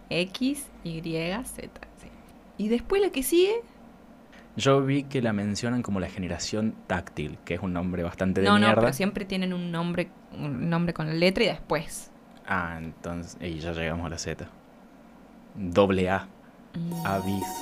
X, Y, Z. Sí. Y después la que sigue, Yo vi que la mencionan como la generación táctil, que es un nombre bastante de no, pero mierda. siempre tienen un nombre con la letra y después. Ah, entonces, y ya llegamos a la Z. Doble A, Mm. avis.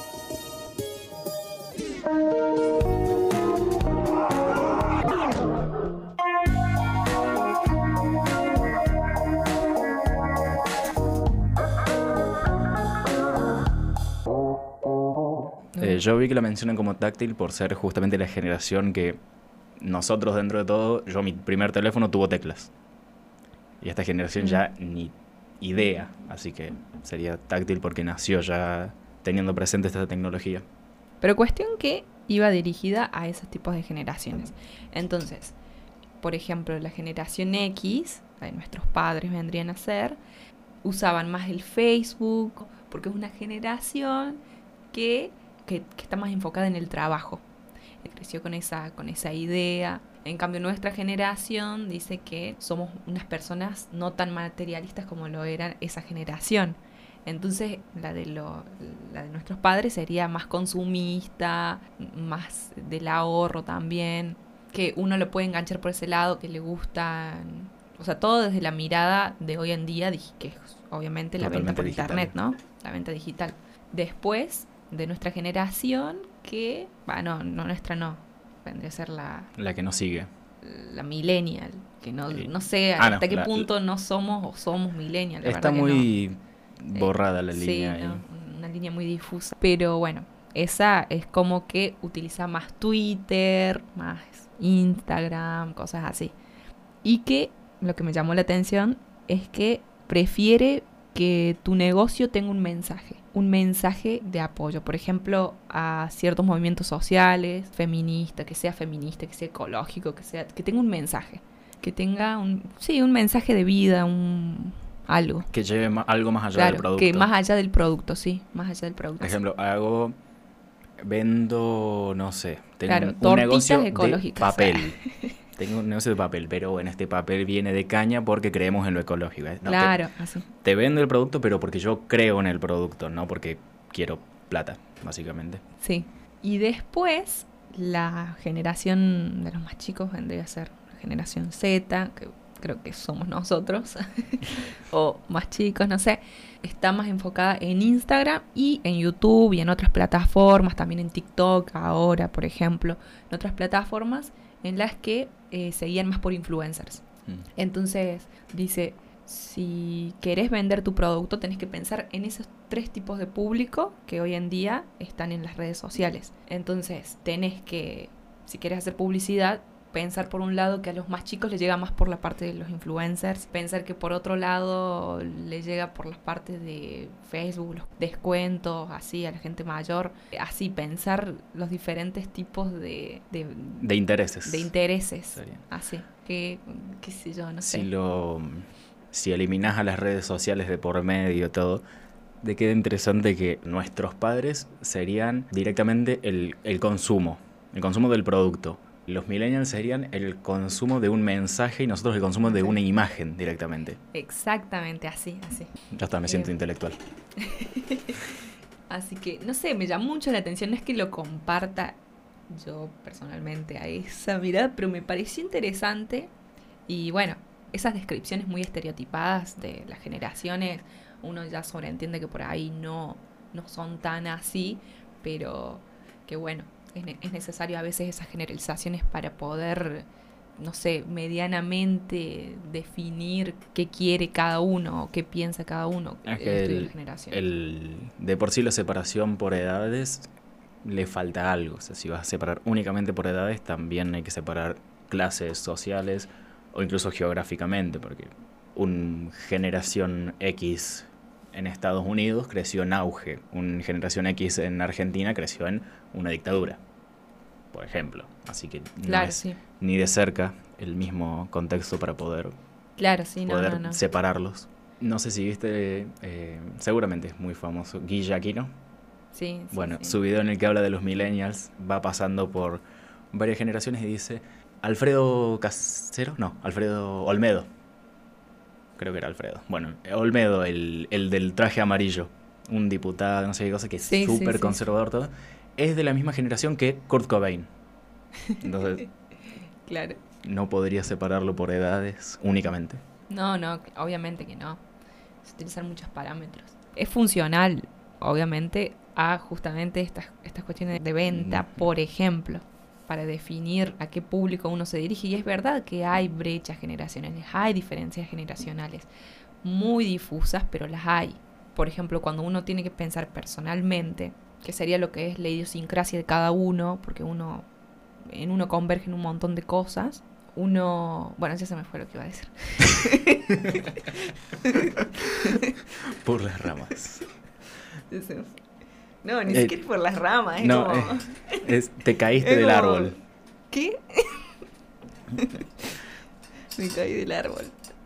Yo vi que la mencionan como táctil por ser justamente la generación que nosotros dentro de todo, yo mi primer teléfono tuvo teclas. Y esta generación Mm. ya ni idea, así que sería táctil porque nació ya teniendo presente esta tecnología. Pero cuestión que iba dirigida a esos tipos de generaciones. Entonces, por ejemplo, la generación X, la de nuestros padres vendrían a ser, usaban más el Facebook, porque es una generación que está más enfocada en el trabajo. Creció con esa idea. En cambio, nuestra generación dice que somos unas personas no tan materialistas como lo era esa generación. Entonces, la de nuestros padres sería más consumista, más del ahorro también, que uno lo puede enganchar por ese lado, que le gustan, o sea, todo desde la mirada de hoy en día, que es obviamente la venta Totalmente por digital. internet, ¿no? La venta digital. Después de nuestra generación, que, bueno, no nuestra no, vendría a ser La que no sigue. la millennial, que Y- no sé no, hasta qué punto no somos o somos millennial, la está verdad que no. muy borrada la línea Sí, ahí. no, una línea muy difusa. Pero bueno, esa es como que utiliza más Twitter, más Instagram, cosas así. Y que lo que me llamó la atención es que prefiere que tu negocio tenga un mensaje de apoyo, por ejemplo, a ciertos movimientos sociales, feminista, que sea ecológico, que tenga un mensaje, que tenga un mensaje de vida, algo. Que lleve algo más allá del Claro, que producto. más allá del producto, sí, más allá del Por producto. ejemplo, vendo, no sé, tengo Claro, un tortitas negocio de ecológicas. papel. Tengo un negocio de papel, pero bueno, este papel viene de caña porque creemos en lo ecológico. No, Claro, así. te vendo el producto, pero porque yo creo en el producto, no porque quiero plata, básicamente. Sí. Y después, la generación de los más chicos vendría a ser la generación Z, que creo que somos nosotros, o más chicos, no sé. Está más enfocada en Instagram y en YouTube y en otras plataformas, también en TikTok ahora, por ejemplo, en otras plataformas en las que seguían más por influencers. Mm. Entonces, dice, si querés vender tu producto, tenés que pensar en esos 3 tipos de público que hoy en día están en las redes sociales. Entonces, tenés que, si querés hacer publicidad, pensar por un lado que a los más chicos les llega más por la parte de los influencers, pensar que por otro lado les llega por las partes de Facebook, los descuentos, así a la gente mayor, así pensar los diferentes tipos De intereses. de intereses, Sería. así, que, qué sé yo, no sé. Si eliminas a las redes sociales de por medio todo, te queda interesante que nuestros padres serían directamente el consumo del producto. Los millennials serían el consumo de un mensaje y nosotros el consumo de una imagen directamente. Exactamente, así, así. Ya está, me siento intelectual. Así que, no sé, me llama mucho la atención, no es que lo comparta yo personalmente a esa mirada, pero me pareció interesante. Y bueno, esas descripciones muy estereotipadas de las generaciones, uno ya sobreentiende que por ahí no son tan así, pero que bueno, es necesario a veces esas generalizaciones para poder, no sé, medianamente definir qué quiere cada uno o qué piensa cada uno, Es el que estudio de las generaciones. de por sí la separación por edades le falta algo. O sea, si vas a separar únicamente por edades, también hay que separar clases sociales o incluso geográficamente, porque una generación X en Estados Unidos creció en auge, una generación X en Argentina creció en una dictadura, por ejemplo. Así que no Claro, es sí. ni de cerca el mismo contexto para Claro, sí, poder no. separarlos. No sé si viste, seguramente es muy famoso, Guille Aquino. Sí, sí, Bueno, sí. su video en el que habla de los millennials va pasando por varias generaciones y dice Alfredo Casero, no, Alfredo Olmedo. creo que era Alfredo. Bueno, Olmedo, el del traje amarillo, un diputado, no sé qué cosa, que es Sí, sí, súper sí. conservador todo, es de la misma generación que Kurt Cobain. Entonces, Claro. no podría separarlo por edades únicamente. No, obviamente que no. Se utilizan muchos parámetros. Es funcional, obviamente, a justamente estas cuestiones de venta, por ejemplo, para definir a qué público uno se dirige. Y es verdad que hay brechas generacionales, hay diferencias generacionales muy difusas, pero las hay. Por ejemplo, cuando uno tiene que pensar personalmente, que sería lo que es la idiosincrasia de cada uno, porque en uno convergen un montón de cosas. Bueno, ya se me fue lo que iba a decir. Por las ramas. No, ni siquiera por las ramas, es No, como... te caíste es del como- árbol. ¿Qué? Me caí del árbol.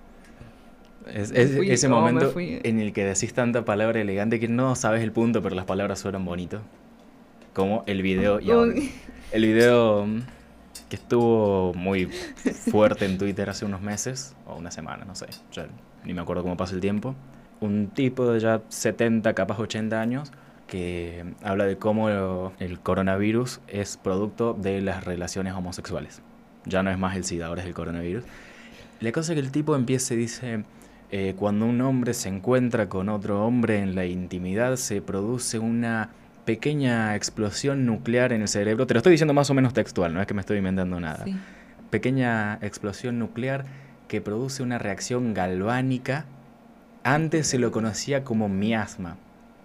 Es Me fui, ese ¿cómo me momento fui? en el que decís tanta palabra elegante que no sabes el punto, pero las palabras suenan bonito. Como el video. El video que estuvo muy fuerte en Twitter hace unos meses, o una semana, no sé, ya ni me acuerdo cómo pasa el tiempo. Un tipo de ya 70, capaz 80 años, que habla de cómo el coronavirus es producto de las relaciones homosexuales. Ya no es más el SIDA, ahora es el coronavirus. La cosa es que el tipo empieza y dice, cuando un hombre se encuentra con otro hombre en la intimidad, se produce una pequeña explosión nuclear en el cerebro. Te lo estoy diciendo más o menos textual, no es que me estoy inventando nada. Sí. Pequeña explosión nuclear que produce una reacción galvánica. Antes se lo conocía como miasma.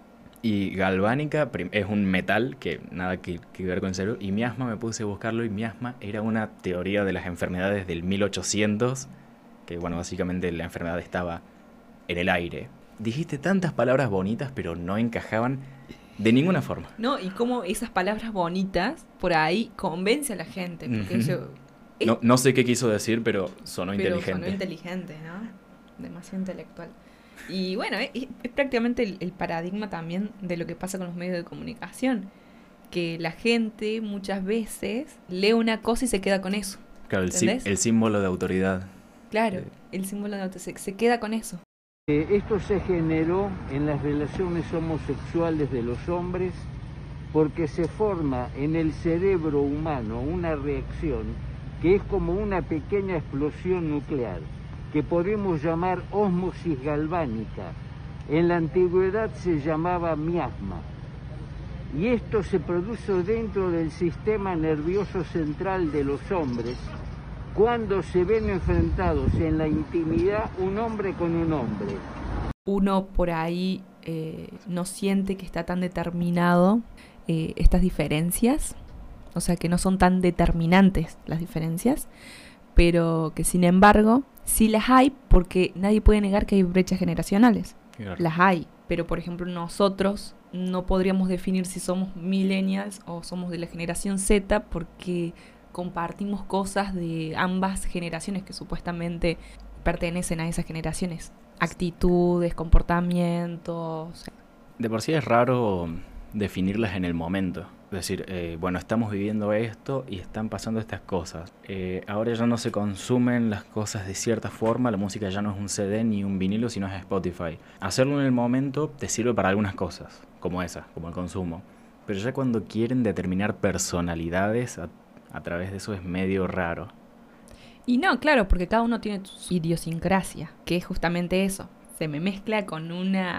Y galvánica es un metal que nada que ver con el cerebro. Y miasma, me puse a buscarlo, y miasma era una teoría de las enfermedades del 1800, que bueno, básicamente la enfermedad estaba en el aire. Dijiste tantas palabras bonitas, pero no encajaban de ninguna forma. No, y cómo esas palabras bonitas por ahí convence a la gente. Porque No sé qué quiso decir, pero sonó inteligente. Sonó inteligente, ¿no? Demasiado intelectual. Y bueno, es prácticamente el paradigma también de lo que pasa con los medios de comunicación. Que la gente muchas veces lee una cosa y se queda con eso. Claro, ¿Entendés? el símbolo de autoridad. Claro, el símbolo de autoridad se queda con eso. Esto se generó en las relaciones homosexuales de los hombres porque se forma en el cerebro humano una reacción que es como una pequeña explosión nuclear, que podemos llamar ósmosis galvánica. En la antigüedad se llamaba miasma. Y esto se produce dentro del sistema nervioso central de los hombres cuando se ven enfrentados en la intimidad un hombre con un hombre. Uno por ahí no siente que está tan determinado estas diferencias, o sea que no son tan determinantes las diferencias, pero que sin embargo sí las hay, porque nadie puede negar que hay brechas generacionales. Claro. Las hay, pero por ejemplo nosotros no podríamos definir si somos millennials o somos de la generación Z, porque compartimos cosas de ambas generaciones que supuestamente pertenecen a esas generaciones. Actitudes, comportamientos. De por sí es raro definirlas en el momento. Es decir, bueno, estamos viviendo esto y están pasando estas cosas. Ahora ya no se consumen las cosas de cierta forma, la música ya no es un CD ni un vinilo, sino es Spotify. Hacerlo en el momento te sirve para algunas cosas, como esas, como el consumo. Pero ya cuando quieren determinar personalidades a través de eso es medio raro. Y no, claro, porque cada uno tiene su idiosincrasia, que es justamente eso. Se me mezcla con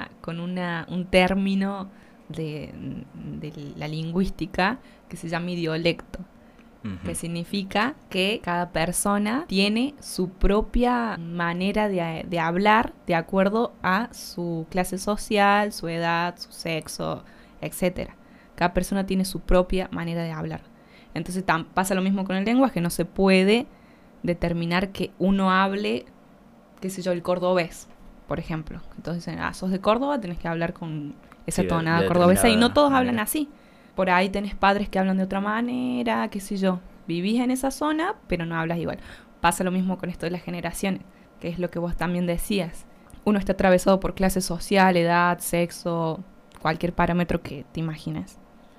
un término de la lingüística que se llama idiolecto, que significa que cada persona tiene su propia manera de hablar de acuerdo a su clase social, su edad, su sexo, etcétera. Cada persona tiene su propia manera de hablar. Entonces pasa lo mismo con el lenguaje, no se puede determinar que uno hable, qué sé yo, el cordobés, por ejemplo. Entonces, sos de Córdoba, tenés que hablar con esa tonada cordobesa, y no todos hablan así. Por ahí tenés padres que hablan de otra manera, qué sé yo. Vivís en esa zona, pero no hablas igual. Pasa lo mismo con esto de las generaciones, que es lo que vos también decías. Uno está atravesado por clase social, edad, sexo, cualquier parámetro que te imagines.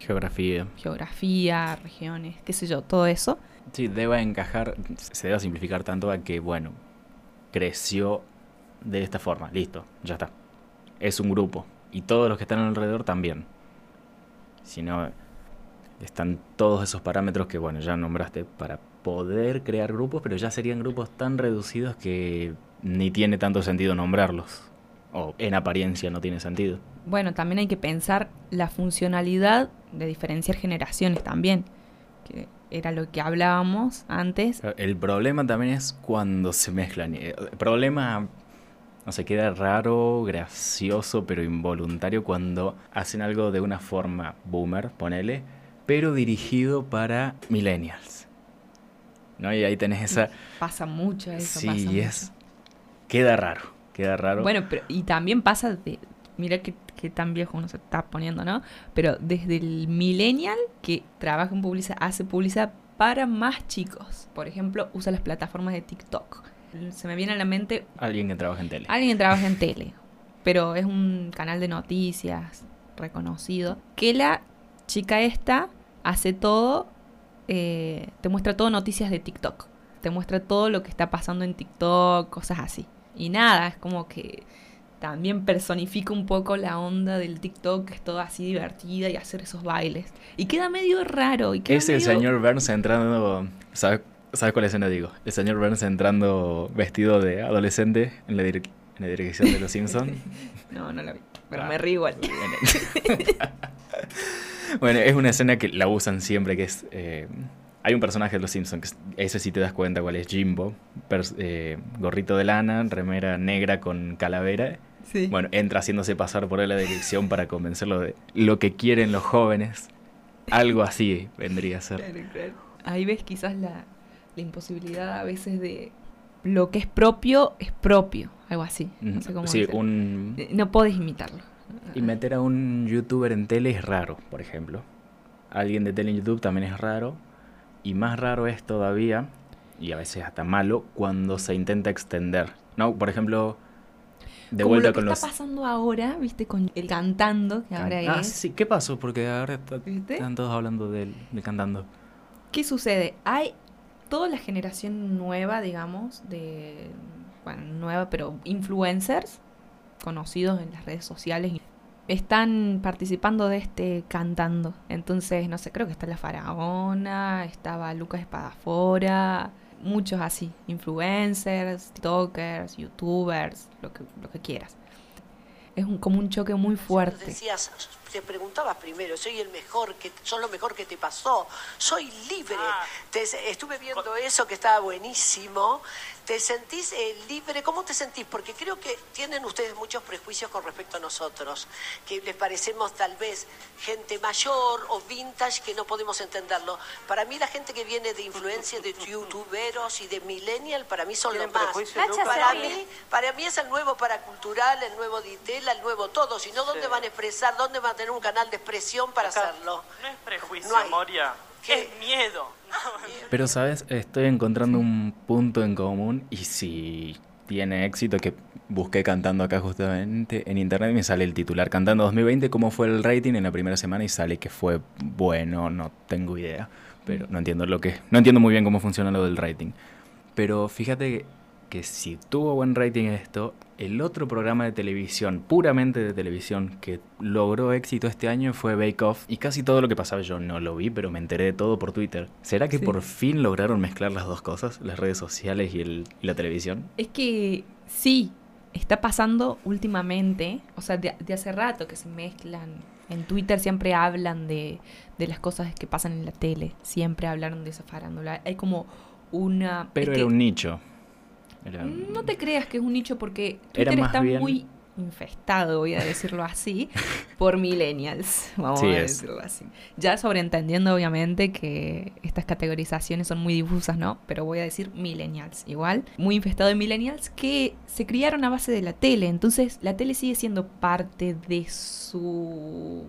Geografía, regiones, qué sé yo, todo eso. Sí, debe encajar, se debe simplificar tanto a que, bueno, creció de esta forma, listo, ya está. Es un grupo. Y todos los que están alrededor también. Si no, están todos esos parámetros que, bueno, ya nombraste para poder crear grupos, pero ya serían grupos tan reducidos que ni tiene tanto sentido nombrarlos. O en apariencia no tiene sentido. Bueno, también hay que pensar la funcionalidad de diferenciar generaciones también, que era lo que hablábamos antes. El problema también es cuando se mezclan. El problema, no sé, queda raro, gracioso, pero involuntario cuando hacen algo de una forma boomer, ponele, pero dirigido para millennials. ¿No? Y ahí tenés esa... Pasa mucho eso. Sí, pasa mucho. Queda raro. Bueno, pero y también pasa de... Mira qué tan viejo uno se está poniendo, ¿no? Pero desde el millennial que trabaja en publicidad, hace publicidad para más chicos. Por ejemplo, usa las plataformas de TikTok. Se me viene a la mente... Alguien que trabaja en tele. Alguien que trabaja en tele, pero es un canal de noticias reconocido. Que la chica esta hace todo, te muestra todo noticias de TikTok. Te muestra todo lo que está pasando en TikTok, cosas así. Y nada, es como que también personifica un poco la onda del TikTok, que es todo así divertida y hacer esos bailes. Y queda medio raro. Y queda Es el señor Burns entrando... ¿Sabes cuál escena digo? El señor Burns entrando vestido de adolescente en la dirección de Los Simpsons. No lo vi, pero me río igual. Bueno, es una escena que la usan siempre, que es... hay un personaje de Los Simpsons, que ese sí te das cuenta cuál es, Jimbo. Gorrito de lana, remera negra con calavera. Sí. Bueno, entra haciéndose pasar por él la dirección para convencerlo de lo que quieren los jóvenes. Algo así vendría a ser. Claro. Ahí ves quizás la imposibilidad a veces de lo que es propio, algo así. No sé cómo sí, decirlo. un... No podés imitarlo. Y meter a un youtuber en tele es raro, por ejemplo. Alguien de tele en YouTube también es raro. Y más raro es todavía, y a veces hasta malo, cuando se intenta extender. ¿No? Por ejemplo, de como vuelta lo que con está los... pasando ahora, ¿viste? Con el cantando, que ahora es... sí, ¿qué pasó? Porque ahora ¿Viste? están todos hablando del cantando. ¿Qué sucede? Hay toda la generación nueva, digamos, nueva, pero influencers conocidos en las redes sociales están participando de este cantando. Entonces, no sé, creo que está La Faraona, estaba Lucas Espadafora, muchos así, influencers, tiktokers, youtubers, lo que quieras. Es como un choque muy fuerte. Decías, te preguntabas primero, soy lo mejor que te pasó, soy libre. Estuve viendo eso que estaba buenísimo. ¿Te sentís libre? ¿Cómo te sentís? Porque creo que tienen ustedes muchos prejuicios con respecto a nosotros, que les parecemos tal vez gente mayor o vintage que no podemos entenderlo. Para mí la gente que viene de influencia de youtuberos y de millennial, para mí son lo más. Para mí es el nuevo paracultural, el nuevo Ditela, el nuevo todo. Si no, ¿dónde van a expresar? ¿Dónde van a tener un canal de expresión para hacerlo? No es prejuicio, No hay. Moria. ¿Qué? Es miedo. Pero, ¿sabes? Estoy encontrando un punto en común y si tiene éxito, que busqué cantando acá justamente en internet y me sale el titular Cantando 2020, cómo fue el rating en la primera semana y sale que fue bueno, no tengo idea, pero no entiendo muy bien cómo funciona lo del rating. Pero fíjate que si tuvo buen rating esto, el otro programa de televisión, puramente de televisión, que logró éxito este año fue Bake Off. Y casi todo lo que pasaba yo no lo vi, pero me enteré de todo por Twitter. ¿Será que por fin lograron mezclar las dos cosas, las redes sociales y la televisión? Es que sí, está pasando últimamente, o sea, de hace rato que se mezclan. En Twitter siempre hablan de las cosas que pasan en la tele, siempre hablaron de esa farándula. Hay como una... Pero era un nicho. No te creas que es un nicho porque Era Twitter más está bien... muy infestado, voy a decirlo así, por millennials, vamos a decirlo así. Ya sobreentendiendo obviamente que estas categorizaciones son muy difusas, ¿no? Pero voy a decir millennials, igual, muy infestado de millennials que se criaron a base de la tele, entonces la tele sigue siendo parte de su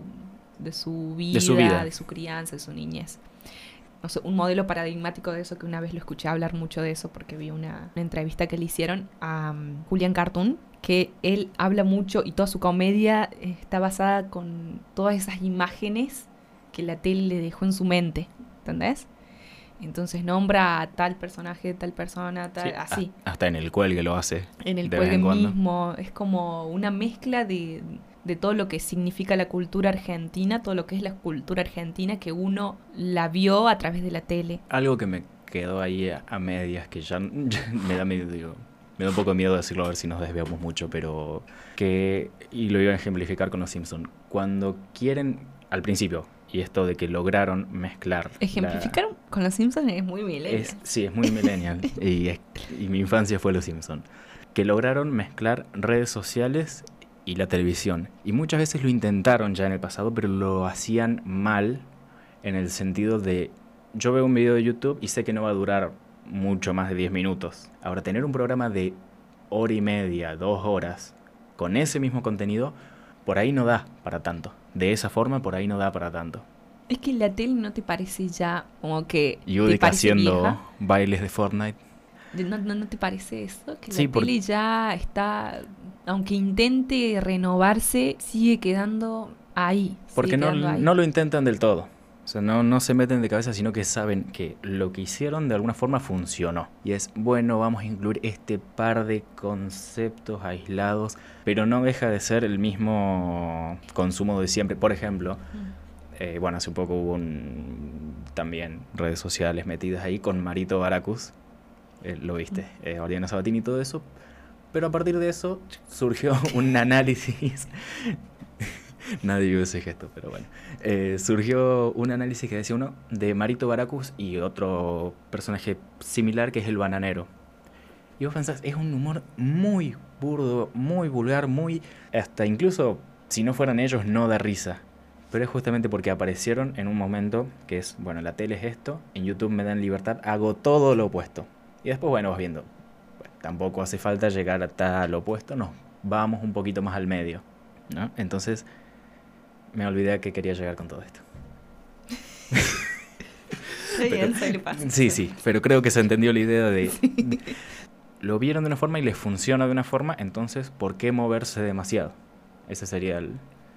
vida, de su crianza, de su niñez. No sé, un modelo paradigmático de eso, que una vez lo escuché hablar mucho de eso porque vi una entrevista que le hicieron a Julian Cartoon, que él habla mucho y toda su comedia está basada con todas esas imágenes que la tele le dejó en su mente, ¿entendés? Entonces nombra a tal personaje, tal persona, tal, Sí, así. Hasta en el cuelgue lo hace. En el de vez cuelgue en cuando. mismo. Es como una mezcla de todo lo que significa la cultura argentina, todo lo que es la cultura argentina que uno la vio a través de la tele. Algo que me quedó ahí a medias, que ya me da medio, digo, me da un poco de miedo decirlo a ver si nos desviamos mucho, pero y lo iba a ejemplificar con los Simpsons, cuando quieren, al principio, y esto de que lograron mezclar... Ejemplificar con los Simpsons es muy millennial. Sí, es muy millennial, y mi infancia fue los Simpsons, que lograron mezclar redes sociales y la televisión, y muchas veces lo intentaron ya en el pasado, pero lo hacían mal, en el sentido de... Yo veo un video de YouTube y sé que no va a durar mucho más de 10 minutos. Ahora, tener un programa de hora y media, 2 horas, con ese mismo contenido, por ahí no da para tanto. De esa forma, por ahí no da para tanto. Es que la tele no te parece ya como que te Yudica parece haciendo vieja. bailes de Fortnite. ¿No te parece eso? Que Sí, la tele ya está, aunque intente renovarse, sigue quedando ahí. Porque sigue quedando ahí. no lo intentan del todo. O sea, no se meten de cabeza, sino que saben que lo que hicieron de alguna forma funcionó. Y es, bueno, vamos a incluir este par de conceptos aislados, pero no deja de ser el mismo consumo de siempre. Por ejemplo, bueno, hace un poco hubo también redes sociales metidas ahí con Marito Baracus. Lo viste, Oriana Sabatini y todo eso. Pero a partir de eso surgió un análisis... Nadie vio ese gesto, pero bueno. Surgió un análisis que decía uno de Marito Baracus y otro personaje similar que es el bananero. Y vos pensás, es un humor muy burdo, muy vulgar, muy... Hasta incluso, si no fueran ellos, no da risa. Pero es justamente porque aparecieron en un momento que es, bueno, la tele es esto, en YouTube me dan libertad, hago todo lo opuesto. Y después, bueno, vas viendo, bueno, tampoco hace falta llegar hasta lo opuesto, no, vamos un poquito más al medio, ¿no? Entonces... Me olvidé a qué quería llegar con todo esto. Sí, pero creo que se entendió la idea de... Lo vieron de una forma y les funciona de una forma, entonces, ¿por qué moverse demasiado? Ese sería el...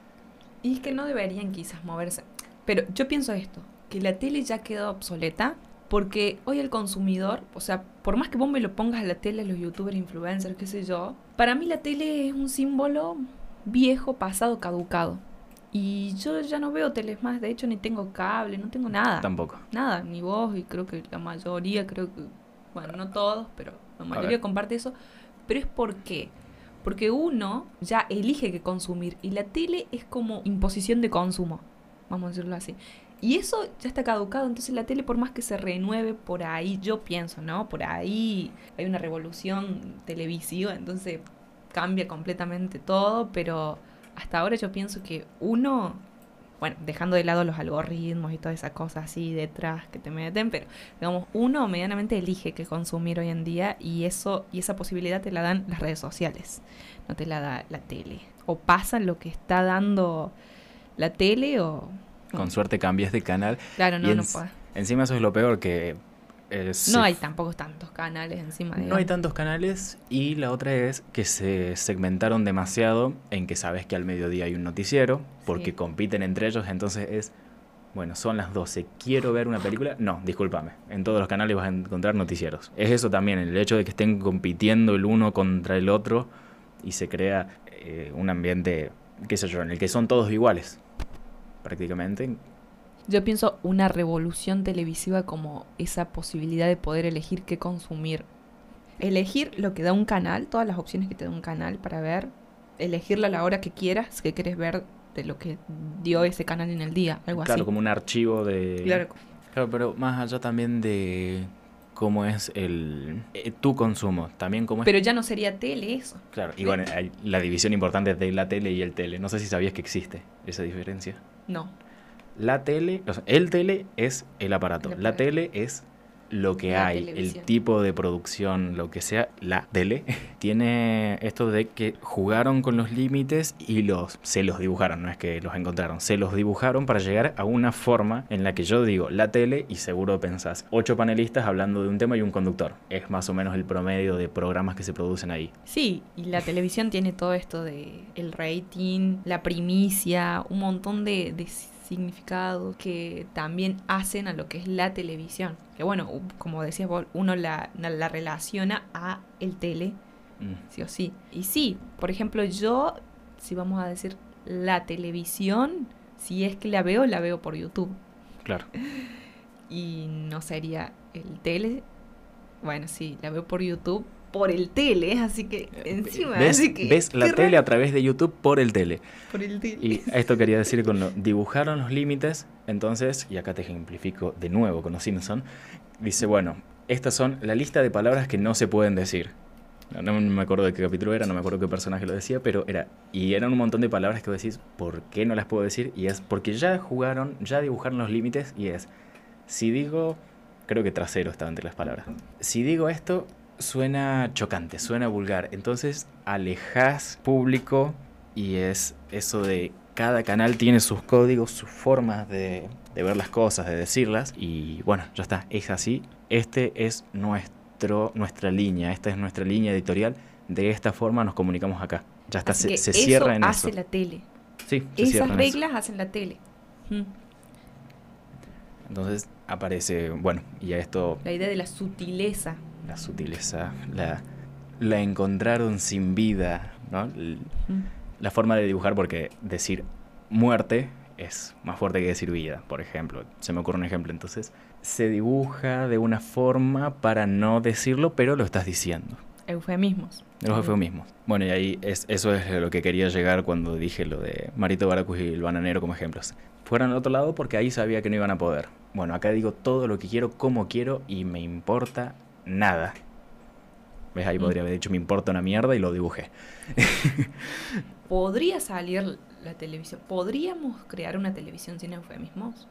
Y es que no deberían quizás moverse. Pero yo pienso esto, que la tele ya quedó obsoleta porque hoy el consumidor, o sea, por más que vos me lo pongas a la tele, los youtubers, influencers, qué sé yo, para mí la tele es un símbolo viejo, pasado, caducado. Y yo ya no veo teles más, de hecho ni tengo cable, no tengo nada. Tampoco. Nada, ni vos, y creo que la mayoría, bueno, no todos, pero la mayoría comparte eso. Pero es ¿por qué? Porque uno ya elige qué consumir y la tele es como imposición de consumo, vamos a decirlo así. Y eso ya está caducado, entonces la tele por más que se renueve por ahí, yo pienso, ¿no? Por ahí hay una revolución televisiva, entonces cambia completamente todo, pero... Hasta ahora yo pienso que uno, bueno, dejando de lado los algoritmos y todas esas cosas así detrás que te meten, pero digamos, uno medianamente elige qué consumir hoy en día y esa posibilidad te la dan las redes sociales, no te la da la tele. O pasa lo que está dando la tele o... Con suerte cambias de canal. Claro, no puedes. Encima eso es lo peor que... No hay tampoco tantos canales encima de... No hay tantos canales y la otra es que se segmentaron demasiado en que sabes que al mediodía hay un noticiero porque compiten entre ellos, entonces es, bueno, son las 12, ¿quiero ver una película? No, discúlpame, en todos los canales vas a encontrar noticieros. Es eso también, el hecho de que estén compitiendo el uno contra el otro y se crea un ambiente, qué sé yo, en el que son todos iguales, prácticamente. Yo pienso una revolución televisiva como esa posibilidad de poder elegir qué consumir. Elegir lo que da un canal, todas las opciones que te da un canal para ver. Elegirlo a la hora que quieras, que quieres ver de lo que dio ese canal en el día, algo así. Claro, como un archivo de... Claro, pero más allá también de cómo es tu consumo, también cómo es... Pero ya no sería tele eso. Claro, y bueno, hay la división importante de la tele y el tele. No sé si sabías que existe esa diferencia. No. La tele, o sea, el tele es el aparato. La tele es lo que la hay, televisión. el tipo de producción, lo que sea. La tele tiene esto de que jugaron con los límites y se los dibujaron, no es que los encontraron, se los dibujaron para llegar a una forma en la que yo digo la tele y seguro pensás 8 panelistas hablando de un tema y un conductor. Es más o menos el promedio de programas que se producen ahí. Sí, y la televisión tiene todo esto de el rating, la primicia, un montón de significado que también hacen a lo que es la televisión. Que bueno, como decías vos, uno la relaciona a el tele, sí o sí. Y sí, por ejemplo, yo, si vamos a decir la televisión, si es que la veo por YouTube. Claro. Y no sería el tele. Bueno, sí, la veo por YouTube, por el tele, así que encima... ¿Ves la tele a través de YouTube por el tele? Por el tele. Y esto quería decir con dibujaron los límites, entonces, y acá te ejemplifico de nuevo con los Simpson, dice, bueno, estas son la lista de palabras que no se pueden decir. No me acuerdo de qué capítulo era, no me acuerdo qué personaje lo decía, pero eran un montón de palabras que vos decís, ¿por qué no las puedo decir? Y es porque ya dibujaron los límites, y es, si digo, creo que trasero estaba entre las palabras, si digo esto, suena chocante, suena vulgar, entonces alejás público, y es eso de cada canal tiene sus códigos, sus formas de ver las cosas, de decirlas, y bueno, ya está, es así, este es nuestra línea, esta es nuestra línea editorial, de esta forma nos comunicamos acá. Ya está, se cierra en eso. Eso hace la tele. Sí, esas reglas hacen la tele. Entonces aparece, bueno, y a esto... La idea de la sutileza. La sutileza, la encontraron sin vida, ¿no? La forma de dibujar, porque decir muerte es más fuerte que decir vida, por ejemplo. Se me ocurre un ejemplo, entonces se dibuja de una forma para no decirlo, pero lo estás diciendo. Eufemismos. Los eufemismos. Bueno, y ahí eso es lo que quería llegar cuando dije lo de Marito Baracus y el bananero como ejemplos. Fueron al otro lado porque ahí sabía que no iban a poder. Bueno, acá digo todo lo que quiero, como quiero, y me importa nada. ¿Ves? Ahí podría haber dicho me importa una mierda y lo dibujé. ¿Podría salir la televisión? ¿Podríamos crear una televisión sin eufemismos?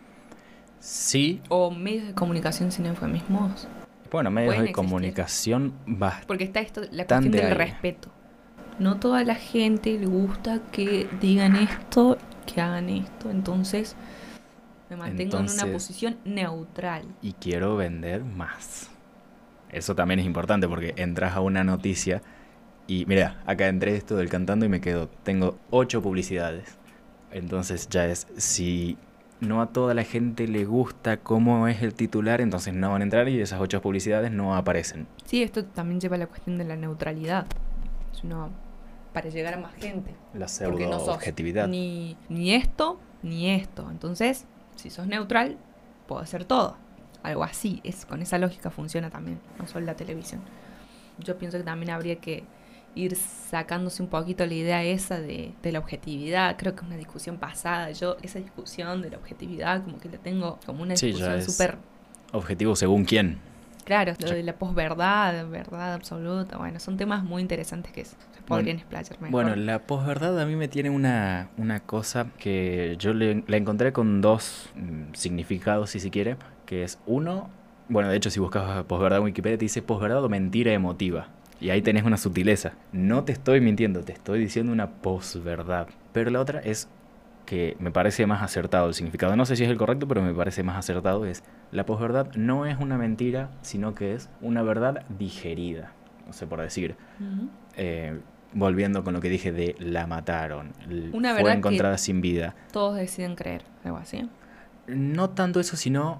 Sí. ¿O medios de comunicación sin eufemismos? Bueno, medios de comunicación bastante. Porque está la cuestión del respeto. No toda la gente le gusta que digan esto, que hagan esto. Entonces me mantengo en una posición neutral. Y quiero vender más. Eso también es importante porque entras a una noticia y mira, acá entré esto del cantando y me quedo. Tengo 8 publicidades. Entonces ya es, si no a toda la gente le gusta cómo es el titular, entonces no van a entrar y esas 8 publicidades no aparecen. Sí, esto también lleva a la cuestión de la neutralidad. Sino para llegar a más gente. La pseudo-objetividad. Ni esto, ni esto. Entonces, si sos neutral, puedo hacer todo. Algo así, con esa lógica funciona también, no solo la televisión. Yo pienso que también habría que ir sacándose un poquito la idea esa de la objetividad. Creo que es una discusión pasada. Yo esa discusión de la objetividad como que la tengo como una discusión súper... Objetivo según quién. Claro, lo de la posverdad, verdad absoluta. Bueno, son temas muy interesantes que se podrían explayar mejor. Bueno, la posverdad a mí me tiene una cosa que yo la encontré con 2 significados, si se quiere, que es uno, bueno, de hecho si buscas posverdad en Wikipedia te dice posverdad o mentira emotiva. Y ahí tenés una sutileza. No te estoy mintiendo, te estoy diciendo una posverdad. Pero la otra es que me parece más acertado el significado. No sé si es el correcto, pero me parece más acertado. Es la posverdad no es una mentira, sino que es una verdad digerida. No sé por decir. Volviendo con lo que dije de la mataron. Una fue verdad encontrada que sin vida. Todos deciden creer, algo así. No tanto eso, sino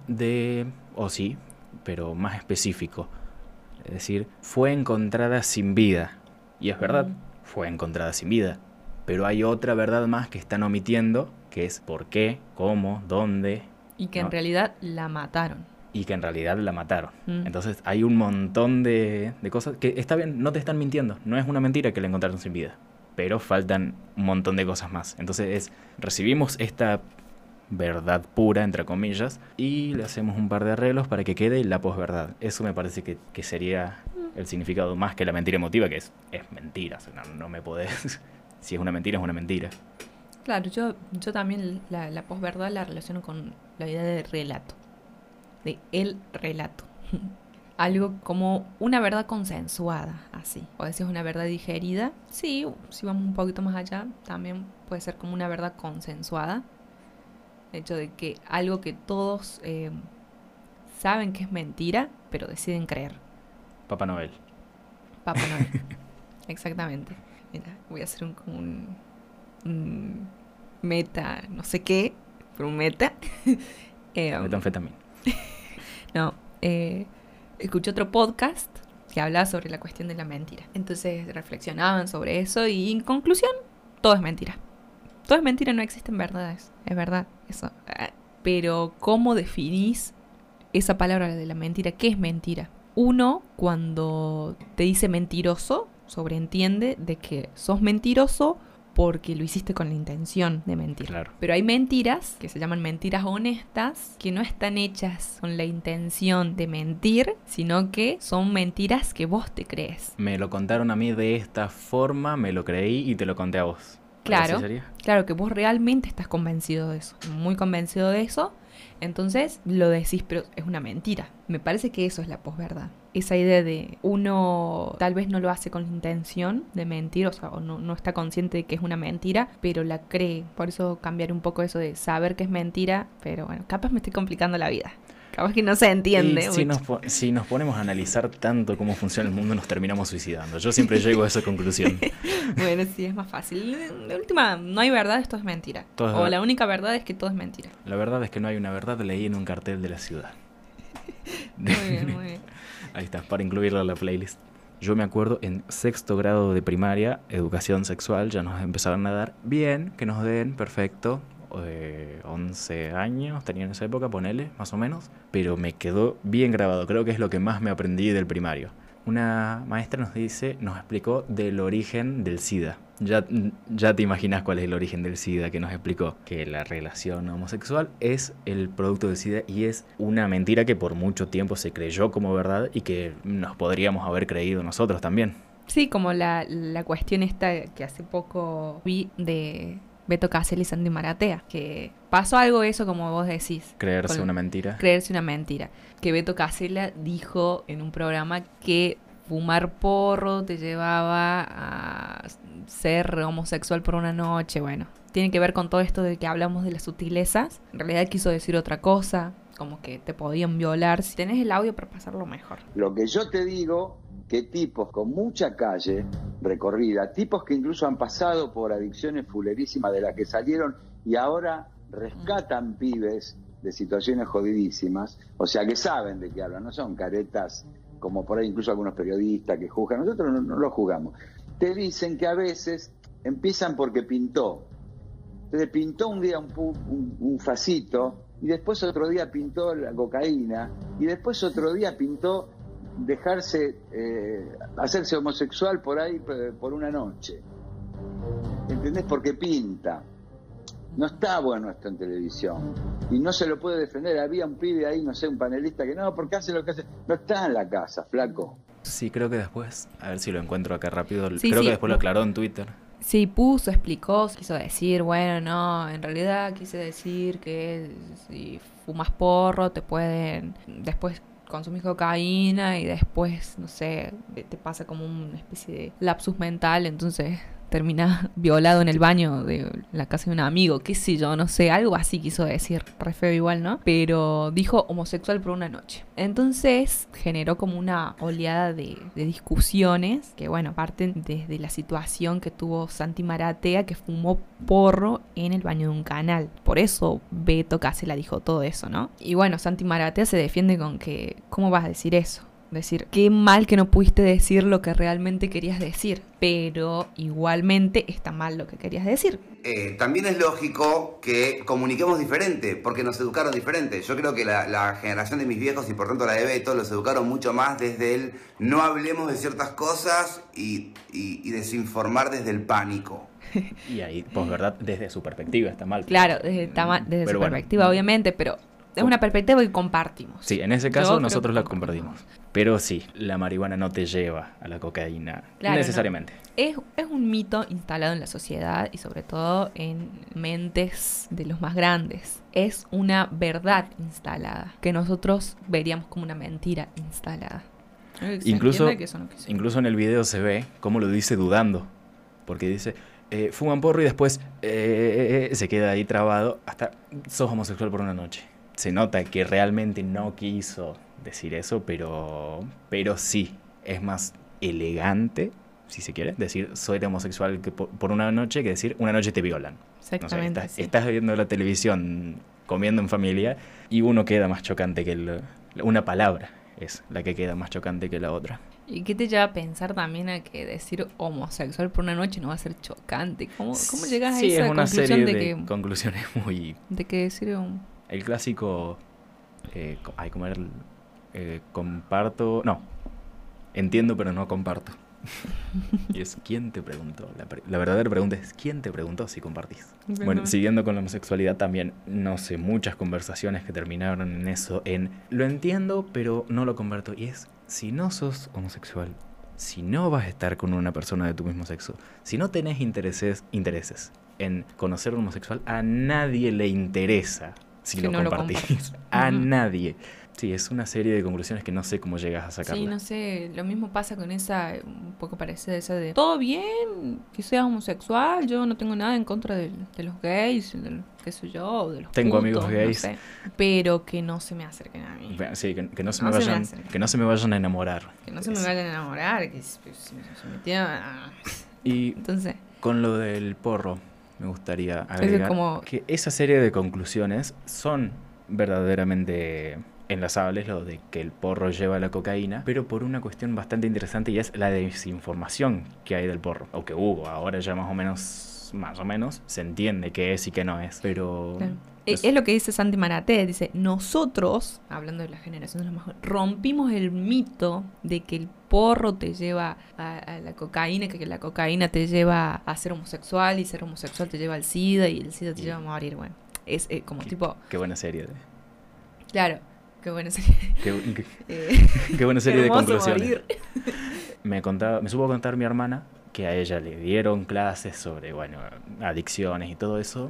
sí, pero más específico. Es decir, fue encontrada sin vida. Y es verdad, fue encontrada sin vida. Pero hay otra verdad más que están omitiendo, que es por qué, cómo, dónde. Y que en realidad la mataron. Entonces hay un montón de cosas que está bien, no te están mintiendo. No es una mentira que la encontraron sin vida. Pero faltan un montón de cosas más. Entonces recibimos esta verdad pura, entre comillas, y le hacemos un par de arreglos para que quede la posverdad. Eso me parece que sería el significado más que la mentira emotiva, que es mentira. O sea, no me podés... Si es una mentira, es una mentira. Claro, yo también la posverdad la relaciono con la idea de relato. De el relato. Algo como una verdad consensuada, así. O decís una verdad digerida. Sí, si vamos un poquito más allá, también puede ser como una verdad consensuada. El hecho de que algo que todos saben que es mentira, pero deciden creer. Papá Noel. Exactamente. Mira, voy a hacer un meta, no sé qué, por un meta. Metanfetamina. No, escuché otro podcast que hablaba sobre la cuestión de la mentira. Entonces reflexionaban sobre eso y en conclusión, todo es mentira. Todo es mentira, no existen verdades. Es verdad, eso. Pero ¿cómo definís esa palabra de la mentira? ¿Qué es mentira? Uno, cuando te dice mentiroso, sobreentiende de que sos mentiroso porque lo hiciste con la intención de mentir. Claro. Pero hay mentiras, que se llaman mentiras honestas, que no están hechas con la intención de mentir, sino que son mentiras que vos te crees. Me lo contaron a mí de esta forma, me lo creí y te lo conté a vos. Claro, ¿Así sería? claro que vos realmente estás convencido de eso, muy convencido de eso, entonces lo decís, pero es una mentira. Me parece que eso es la posverdad. Esa idea de uno tal vez no lo hace con la intención de mentir, o sea, o no está consciente de que es una mentira, pero la cree. Por eso cambiar un poco eso de saber que es mentira, pero bueno, capaz me estoy complicando la vida. Capaz que no se entiende. Y si nos ponemos a analizar tanto cómo funciona el mundo, nos terminamos suicidando. Yo siempre llego a esa conclusión. Bueno, sí, es más fácil. De última, no hay verdad, esto es mentira. Todo es la única verdad es que todo es mentira. La verdad es que no hay una verdad, leí en un cartel de la ciudad. Muy bien, muy bien. Ahí está, para incluirla en la playlist. Yo me acuerdo en 6º grado de primaria, educación sexual, ya nos empezaron a dar bien, que nos den, perfecto. 11 años tenía en esa época, ponele, más o menos. Pero me quedó bien grabado, creo que es lo que más me aprendí del primario. Una maestra nos explicó del origen del SIDA. Ya te imaginas cuál es el origen del SIDA, que nos explicó que la relación homosexual es el producto del SIDA y es una mentira que por mucho tiempo se creyó como verdad y que nos podríamos haber creído nosotros también. Sí, como la cuestión esta que hace poco vi de Beto Casella y Santi Maratea, que pasó algo eso como vos decís. Creerse una mentira. Creerse una mentira. Que Beto Casella dijo en un programa que fumar porro te llevaba a ser homosexual por una noche. Bueno, tiene que ver con todo esto de que hablamos de las sutilezas. En realidad quiso decir otra cosa, como que te podían violar. Si tenés el audio para pasarlo mejor. Lo que yo te digo, que tipos con mucha calle recorrida, tipos que incluso han pasado por adicciones fulerísimas de las que salieron y ahora rescatan pibes de situaciones jodidísimas, o sea que saben de qué hablan, no son caretas como por ahí incluso algunos periodistas que juzgan, nosotros no lo juzgamos. Te dicen que a veces empiezan porque pintó. Entonces pintó un día un facito y después otro día pintó la cocaína y después otro día pintó hacerse homosexual por ahí por una noche. ¿Entendés? Porque pinta. No está bueno esto en televisión y no se lo puede defender. Había un pibe ahí, no sé, un panelista que no, porque hace lo que hace. No está en la casa, flaco. Sí, creo que después, a ver si lo encuentro acá rápido, sí, creo sí, que después lo aclaró en Twitter. Sí, explicó, quiso decir, bueno, no, en realidad quise decir que si fumas porro te pueden después consumir cocaína y después, no sé, te pasa como una especie de lapsus mental, entonces terminás violado en el baño de la casa de un amigo, qué sé yo, no sé, algo así quiso decir, re feo igual, ¿no? Pero dijo homosexual por una noche. Entonces generó como una oleada de discusiones que, bueno, parten desde la situación que tuvo Santi Maratea, que fumó porro en el baño de un canal. Por eso Beto Casella dijo todo eso, ¿no? Y bueno, Santi Maratea se defiende con que, ¿cómo vas a decir eso? Decir, qué mal que no pudiste decir lo que realmente querías decir, pero igualmente está mal lo que querías decir. También es lógico que comuniquemos diferente, porque nos educaron diferente. Yo creo que la generación de mis viejos, y por tanto la de Beto, los educaron mucho más desde el no hablemos de ciertas cosas y desinformar desde el pánico. Y ahí, pues verdad, desde su perspectiva está mal. Claro, desde su perspectiva, obviamente, pero es una perspectiva que compartimos. Sí, en ese caso nosotros la compartimos. Pero sí, la marihuana no te lleva a la cocaína, claro, necesariamente. No. Es un mito instalado en la sociedad y sobre todo en mentes de los más grandes. Es una verdad instalada que nosotros veríamos como una mentira instalada. Incluso en el video se ve cómo lo dice dudando, porque dice, fuman porro y después se queda ahí trabado hasta sos homosexual por una noche. Se nota que realmente no quiso decir eso, pero sí, es más elegante, si se quiere, decir soy homosexual por una noche que decir una noche te violan. Exactamente. No sé, estás viendo la televisión, comiendo en familia, y uno queda más chocante que una palabra es la que queda más chocante que la otra. ¿Y qué te lleva a pensar también a que decir homosexual por una noche no va a ser chocante? ¿Cómo llegas a Sí, esa es una conclusión serie de de que conclusiones muy... de que decir El clásico... ¿cómo era? Comparto... No, entiendo pero no comparto. Y es ¿quién te preguntó? La verdadera pregunta es ¿quién te preguntó si compartís? Bueno, siguiendo con la homosexualidad también, no sé, muchas conversaciones que terminaron en eso, en lo entiendo pero no lo comparto. Y es, si no sos homosexual, si no vas a estar con una persona de tu mismo sexo, si no tenés intereses en conocer a un homosexual, a nadie le interesa si que lo no compartís. A nadie. Sí, es una serie de conclusiones que no sé cómo llegas a sacarla. Sí, no sé, lo mismo pasa con esa, un poco parecida a esa de todo bien, que seas homosexual, yo no tengo nada en contra de los gays, qué sé yo, de los Tengo putos, amigos gays. no sé, pero que no se me acerquen a mí. Sí, que no se No me se me vayan, acerquen. que no se me vayan a enamorar. Que no se me vayan a enamorar, que se metieron a... Y Entonces, con lo del porro, me gustaría agregar como... que esa serie de conclusiones son verdaderamente enlazables, lo de que el porro lleva a la cocaína, pero por una cuestión bastante interesante, y es la desinformación que hay del porro, o que hubo. Ahora ya más o menos se entiende qué es y qué no es, pero... Claro. Es lo que dice Santi Maraté, dice, nosotros, hablando de la generación de los más jóvenes, rompimos el mito de que el porro te lleva a la cocaína, que la cocaína te lleva a ser homosexual, y ser homosexual te lleva al SIDA, y el SIDA te lleva a morir. Bueno, es como tipo... Qué buena serie. Claro, qué buena serie. Qué buena serie de hermoso conclusiones. morir. Me supo contar mi hermana que a ella le dieron clases sobre, bueno, adicciones y todo eso,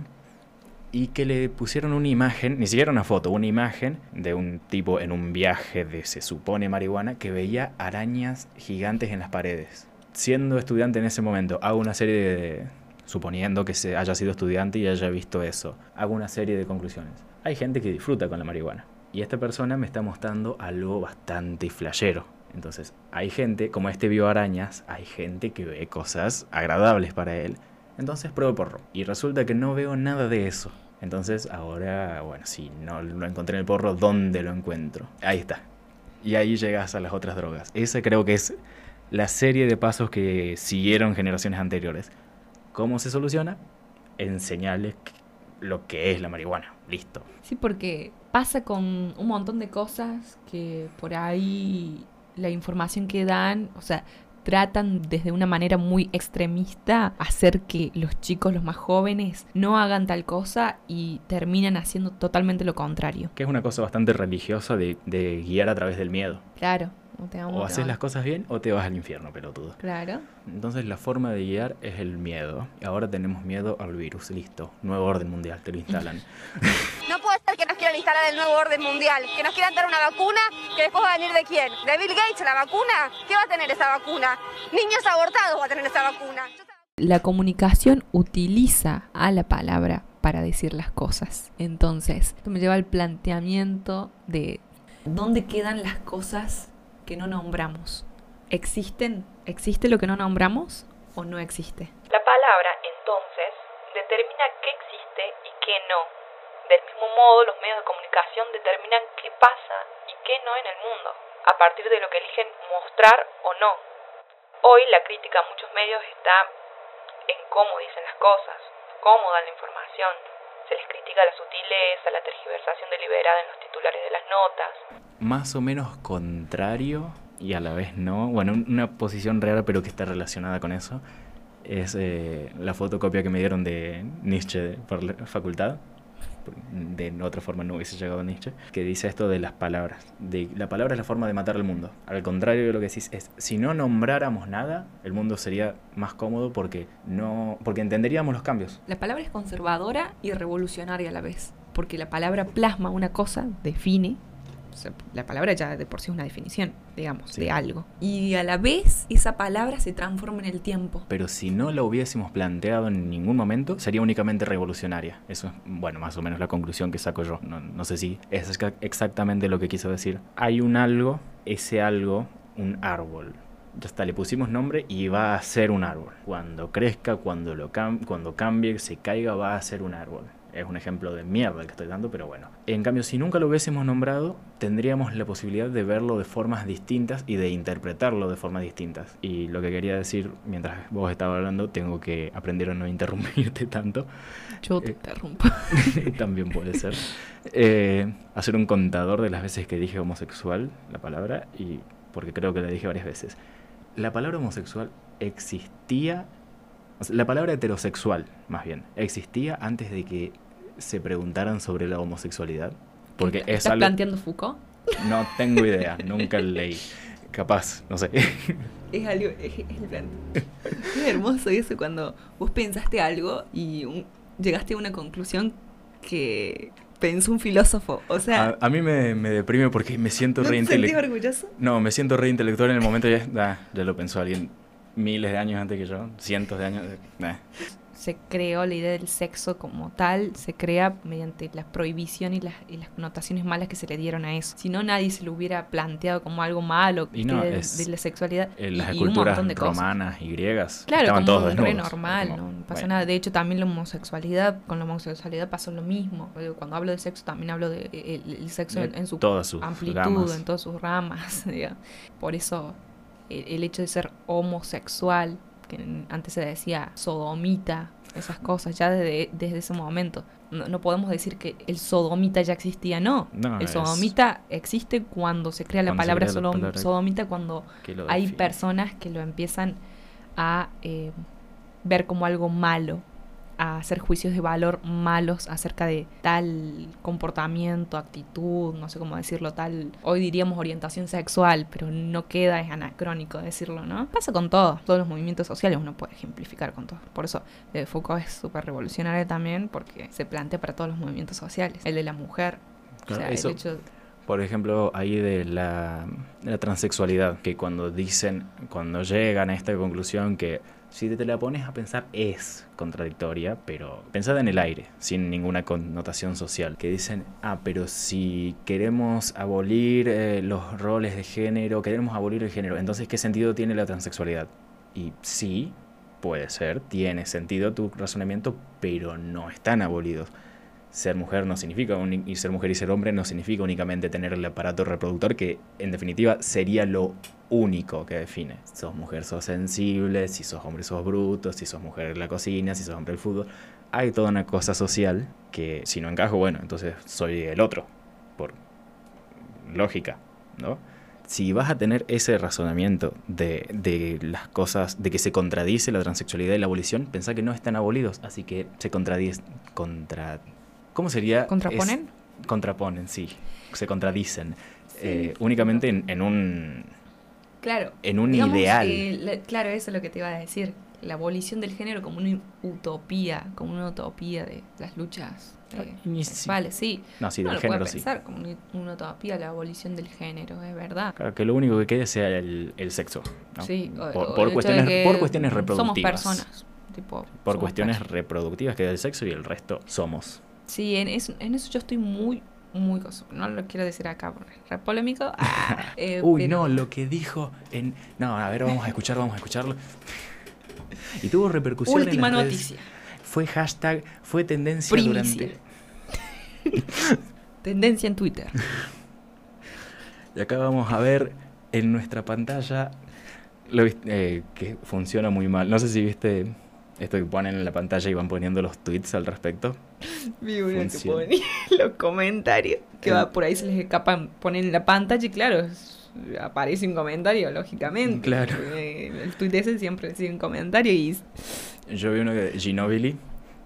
y que le pusieron una imagen, ni siquiera una foto, una imagen de un tipo en un viaje de, se supone, marihuana, que veía arañas gigantes en las paredes. Siendo estudiante en ese momento, hago una serie de... Suponiendo que se haya sido estudiante y haya visto eso, hago una serie de conclusiones. Hay gente que disfruta con la marihuana, y esta persona me está mostrando algo bastante flashero. Entonces, hay gente, como este vio arañas, hay gente que ve cosas agradables para él. Entonces pruebo el porro, y resulta que no veo nada de eso. Entonces ahora, bueno, si no lo encontré en el porro, ¿dónde lo encuentro? Ahí está. Y ahí llegas a las otras drogas. Esa creo que es la serie de pasos que siguieron generaciones anteriores. ¿Cómo se soluciona? Enseñarles lo que es la marihuana. Listo. Sí, porque pasa con un montón de cosas que por ahí la información que dan, o sea, tratan desde una manera muy extremista hacer que los chicos, los más jóvenes, no hagan tal cosa y terminan haciendo totalmente lo contrario. Que es una cosa bastante religiosa de guiar a través del miedo. Claro. No te amo, o haces las cosas bien o te vas al infierno, pelotudo. Claro. Entonces la forma de guiar es el miedo. Ahora tenemos miedo al virus, listo. Nuevo orden mundial, te lo instalan. No puede ser que nos quieran instalar el nuevo orden mundial, que nos quieran dar una vacuna, que después va a venir ¿de quién? ¿De Bill Gates la vacuna? ¿Qué va a tener esa vacuna? Niños abortados va a tener esa vacuna. La comunicación utiliza a la palabra para decir las cosas. Entonces, esto me lleva al planteamiento de ¿dónde quedan las cosas que no nombramos? ¿Existe lo que no nombramos o no existe? La palabra, entonces, determina qué existe y qué no. Del mismo modo, los medios de comunicación determinan qué pasa y qué no en el mundo, a partir de lo que eligen mostrar o no. Hoy la crítica a muchos medios está en cómo dicen las cosas, cómo dan la información. Se les critica la sutileza, la tergiversación deliberada en los titulares de las notas. Más o menos contrario y a la vez no. Bueno, una posición rara pero que está relacionada con eso es la fotocopia que me dieron de Nietzsche por la facultad. De otra forma no hubiese llegado a Nietzsche, que dice esto de las palabras. La palabra es la forma de matar al mundo. Al contrario de lo que decís, es si no nombráramos nada, el mundo sería más cómodo porque entenderíamos los cambios. La palabra es conservadora y revolucionaria a la vez, porque la palabra plasma una cosa, define. O sea, la palabra ya de por sí es una definición, digamos, sí, de algo. Y a la vez esa palabra se transforma en el tiempo. Pero si no la hubiésemos planteado en ningún momento, sería únicamente revolucionaria. Eso es, bueno, más o menos la conclusión que saco yo. No sé si es exactamente lo que quiso decir. Hay un algo, ese algo, un árbol. ya está, le pusimos nombre y va a ser un árbol. Cuando crezca, cuando cambie, se caiga, va a ser un árbol. Es un ejemplo de mierda el que estoy dando, pero bueno. En cambio, si nunca lo hubiésemos nombrado, tendríamos la posibilidad de verlo de formas distintas y de interpretarlo de formas distintas. Y lo que quería decir, mientras vos estabas hablando, tengo que aprender a no interrumpirte tanto. Yo te interrumpo. También puede ser. Hacer un contador de las veces que dije homosexual, la palabra, y porque creo que la dije varias veces. La palabra homosexual existía... O sea, la palabra heterosexual, más bien, existía antes de que se preguntaran sobre la homosexualidad. Porque es ¿Estás algo... planteando Foucault? No tengo idea, nunca leí. Capaz, no sé. Es algo, es hermoso eso cuando vos pensaste algo y llegaste a una conclusión que pensó un filósofo. O sea, a mí me deprime porque me siento ¿no re te sentís intelectual. orgulloso? No, me siento re intelectual en el momento. Ya lo pensó alguien miles de años antes que yo, cientos de años. Se creó la idea del sexo como tal, se crea mediante la prohibición y las connotaciones malas que se le dieron a eso. Si no, nadie se lo hubiera planteado como algo malo Y no, de es la sexualidad en las y un esculturas montón de cosas. romanas y griegas, Claro, estaban como todos re desnudos. normal, Como, no pasa bueno. nada. De hecho, también la homosexualidad, con la homosexualidad pasó lo mismo. Cuando hablo de sexo, también hablo de el sexo De en su todas sus amplitud, gamas. en todas sus ramas. Digamos. Por eso, el hecho de ser homosexual, que antes se decía sodomita, esas cosas, ya desde ese momento. No podemos decir que el sodomita ya existía, no. No, El es- sodomita existe cuando se crea la Cuando se palabra crea la palabra sodomita, cuando que lo hay define. personas que lo empiezan a ver como algo malo, a hacer juicios de valor malos acerca de tal comportamiento, actitud, no sé cómo decirlo, tal, hoy diríamos orientación sexual, pero no queda, es anacrónico decirlo, ¿no? Pasa con todos los movimientos sociales, uno puede ejemplificar con todo. Por eso Foucault es súper revolucionario también, porque se plantea para todos los movimientos sociales. El de la mujer, Claro, o sea, eso- el hecho... Por ejemplo, ahí de la transexualidad, que cuando llegan a esta conclusión que si te la pones a pensar es contradictoria, pero pensada en el aire, sin ninguna connotación social, que dicen, pero si queremos abolir los roles de género, queremos abolir el género, entonces ¿qué sentido tiene la transexualidad? Y sí, puede ser, tiene sentido tu razonamiento, pero no están abolidos. Ser mujer no significa y ser mujer y ser hombre no significa únicamente tener el aparato reproductor, que en definitiva sería lo único que define. Si sos mujer sos sensible, si sos hombre sos bruto, si sos mujer en la cocina, si sos hombre el fútbol. Hay toda una cosa social que si no encajo, bueno, entonces soy el otro, por lógica, ¿no? Si vas a tener ese razonamiento de las cosas, de que se contradice la transexualidad y la abolición, pensá que no están abolidos, así que se contradice, ¿cómo sería? ¿Contraponen? Contraponen, sí. Se contradicen. Únicamente en un... Claro. En un Digamos, ideal. Claro, eso es lo que te iba a decir. La abolición del género como una utopía de las luchas sexuales, sí. No, sí, Uno del lo género puede sí. pensar como una utopía la abolición del género, es verdad. Claro, que lo único que quede sea el sexo, ¿no? Sí, por el hecho de que cuestiones reproductivas. Somos personas. Tipo, Por somos cuestiones personas. reproductivas queda el sexo y el resto somos. Sí, en eso yo estoy muy no lo quiero decir acá porque es re polémico. Uy, pero- no, lo que dijo en... No, a ver, vamos a escucharlo. Y tuvo repercusión Última en las redes. noticia. Fue hashtag, fue tendencia Primicia. Tendencia en Twitter. Y acá vamos a ver en nuestra pantalla que funciona muy mal. No sé si viste esto que ponen en la pantalla y van poniendo los tweets al respecto. Vi uno que Funciona. ponía los comentarios. Que va por ahí, se les escapan, ponen en la pantalla y claro, aparece un comentario, lógicamente. Claro. El tweet ese siempre sigue un comentario y Yo vi uno de Ginóbili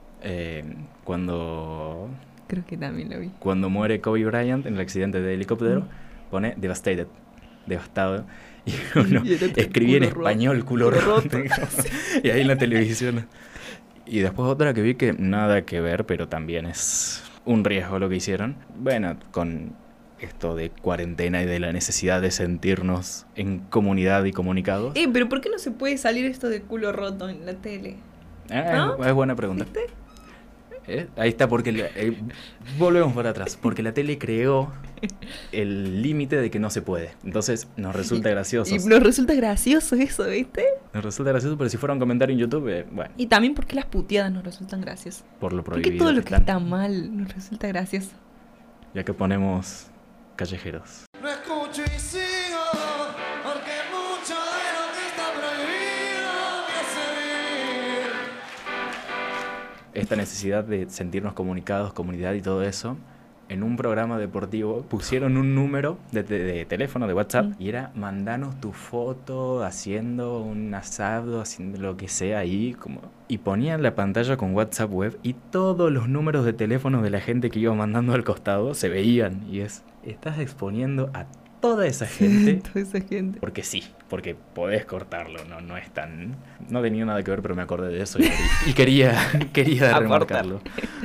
cuando también lo vi. muere Kobe Bryant en el accidente de helicóptero, pone devastated, devastado. Y uno Y el otro, escribía en culo roto. español, culo Culo roto. roto. Y ahí en la televisión. Y después otra que vi que nada que ver, pero también es un riesgo lo que hicieron. Bueno, con esto de cuarentena y de la necesidad de sentirnos en comunidad y comunicados. Pero ¿por qué no se puede salir esto de culo roto en la tele? ¿No? Es buena pregunta. Ahí está, porque volvemos para atrás, porque la tele creó el límite de que no se puede. Entonces nos resulta gracioso. Y nos resulta gracioso eso, ¿viste? Nos resulta gracioso, pero si fuera un comentario en YouTube, bueno. Y también porque las puteadas nos resultan graciosas. Por lo prohibido. Porque todo lo que está mal nos resulta gracioso. Ya que ponemos callejeros. No escucho y sigo, porque mucho de lo que está prohibido me hace vivir. Esta necesidad de sentirnos comunicados, comunidad y todo eso, en un programa deportivo pusieron un número de teléfono, de WhatsApp, y era mandanos tu foto haciendo un asado, haciendo lo que sea ahí, y ponían la pantalla con WhatsApp web y todos los números de teléfono de la gente que iba mandando al costado se veían, y estás exponiendo a toda esa gente. Toda esa gente. Porque sí, porque podés cortarlo, no es tan... No tenía nada que ver, pero me acordé de eso y quería remarcarlo.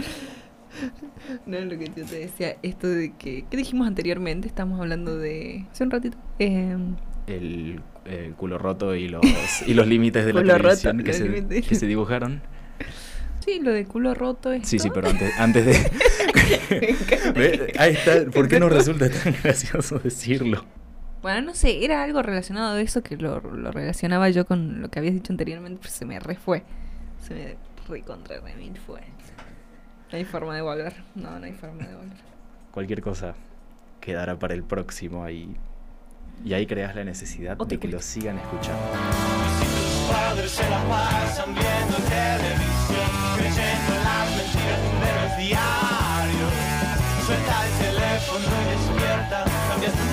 No es lo que yo te decía, esto de que... ¿Qué dijimos anteriormente? Estamos hablando de... Hace un ratito. El culo roto y los límites de la televisión que se dibujaron. Sí, lo de culo roto. Sí, pero antes de... Ahí está, ¿por qué no resulta tan gracioso decirlo? Bueno, no sé, era algo relacionado a eso que lo relacionaba yo con lo que habías dicho anteriormente, pero se me refue. Se me recontra remil fue. No hay forma de volver. No hay forma de volver. Cualquier cosa quedará para el próximo ahí. Y ahí creas la necesidad de que lo sigan escuchando. Si tus padres se la pasan viendo televisión, creyendo en las mentiras de los diarios, suelta el teléfono y despierta, cambias tu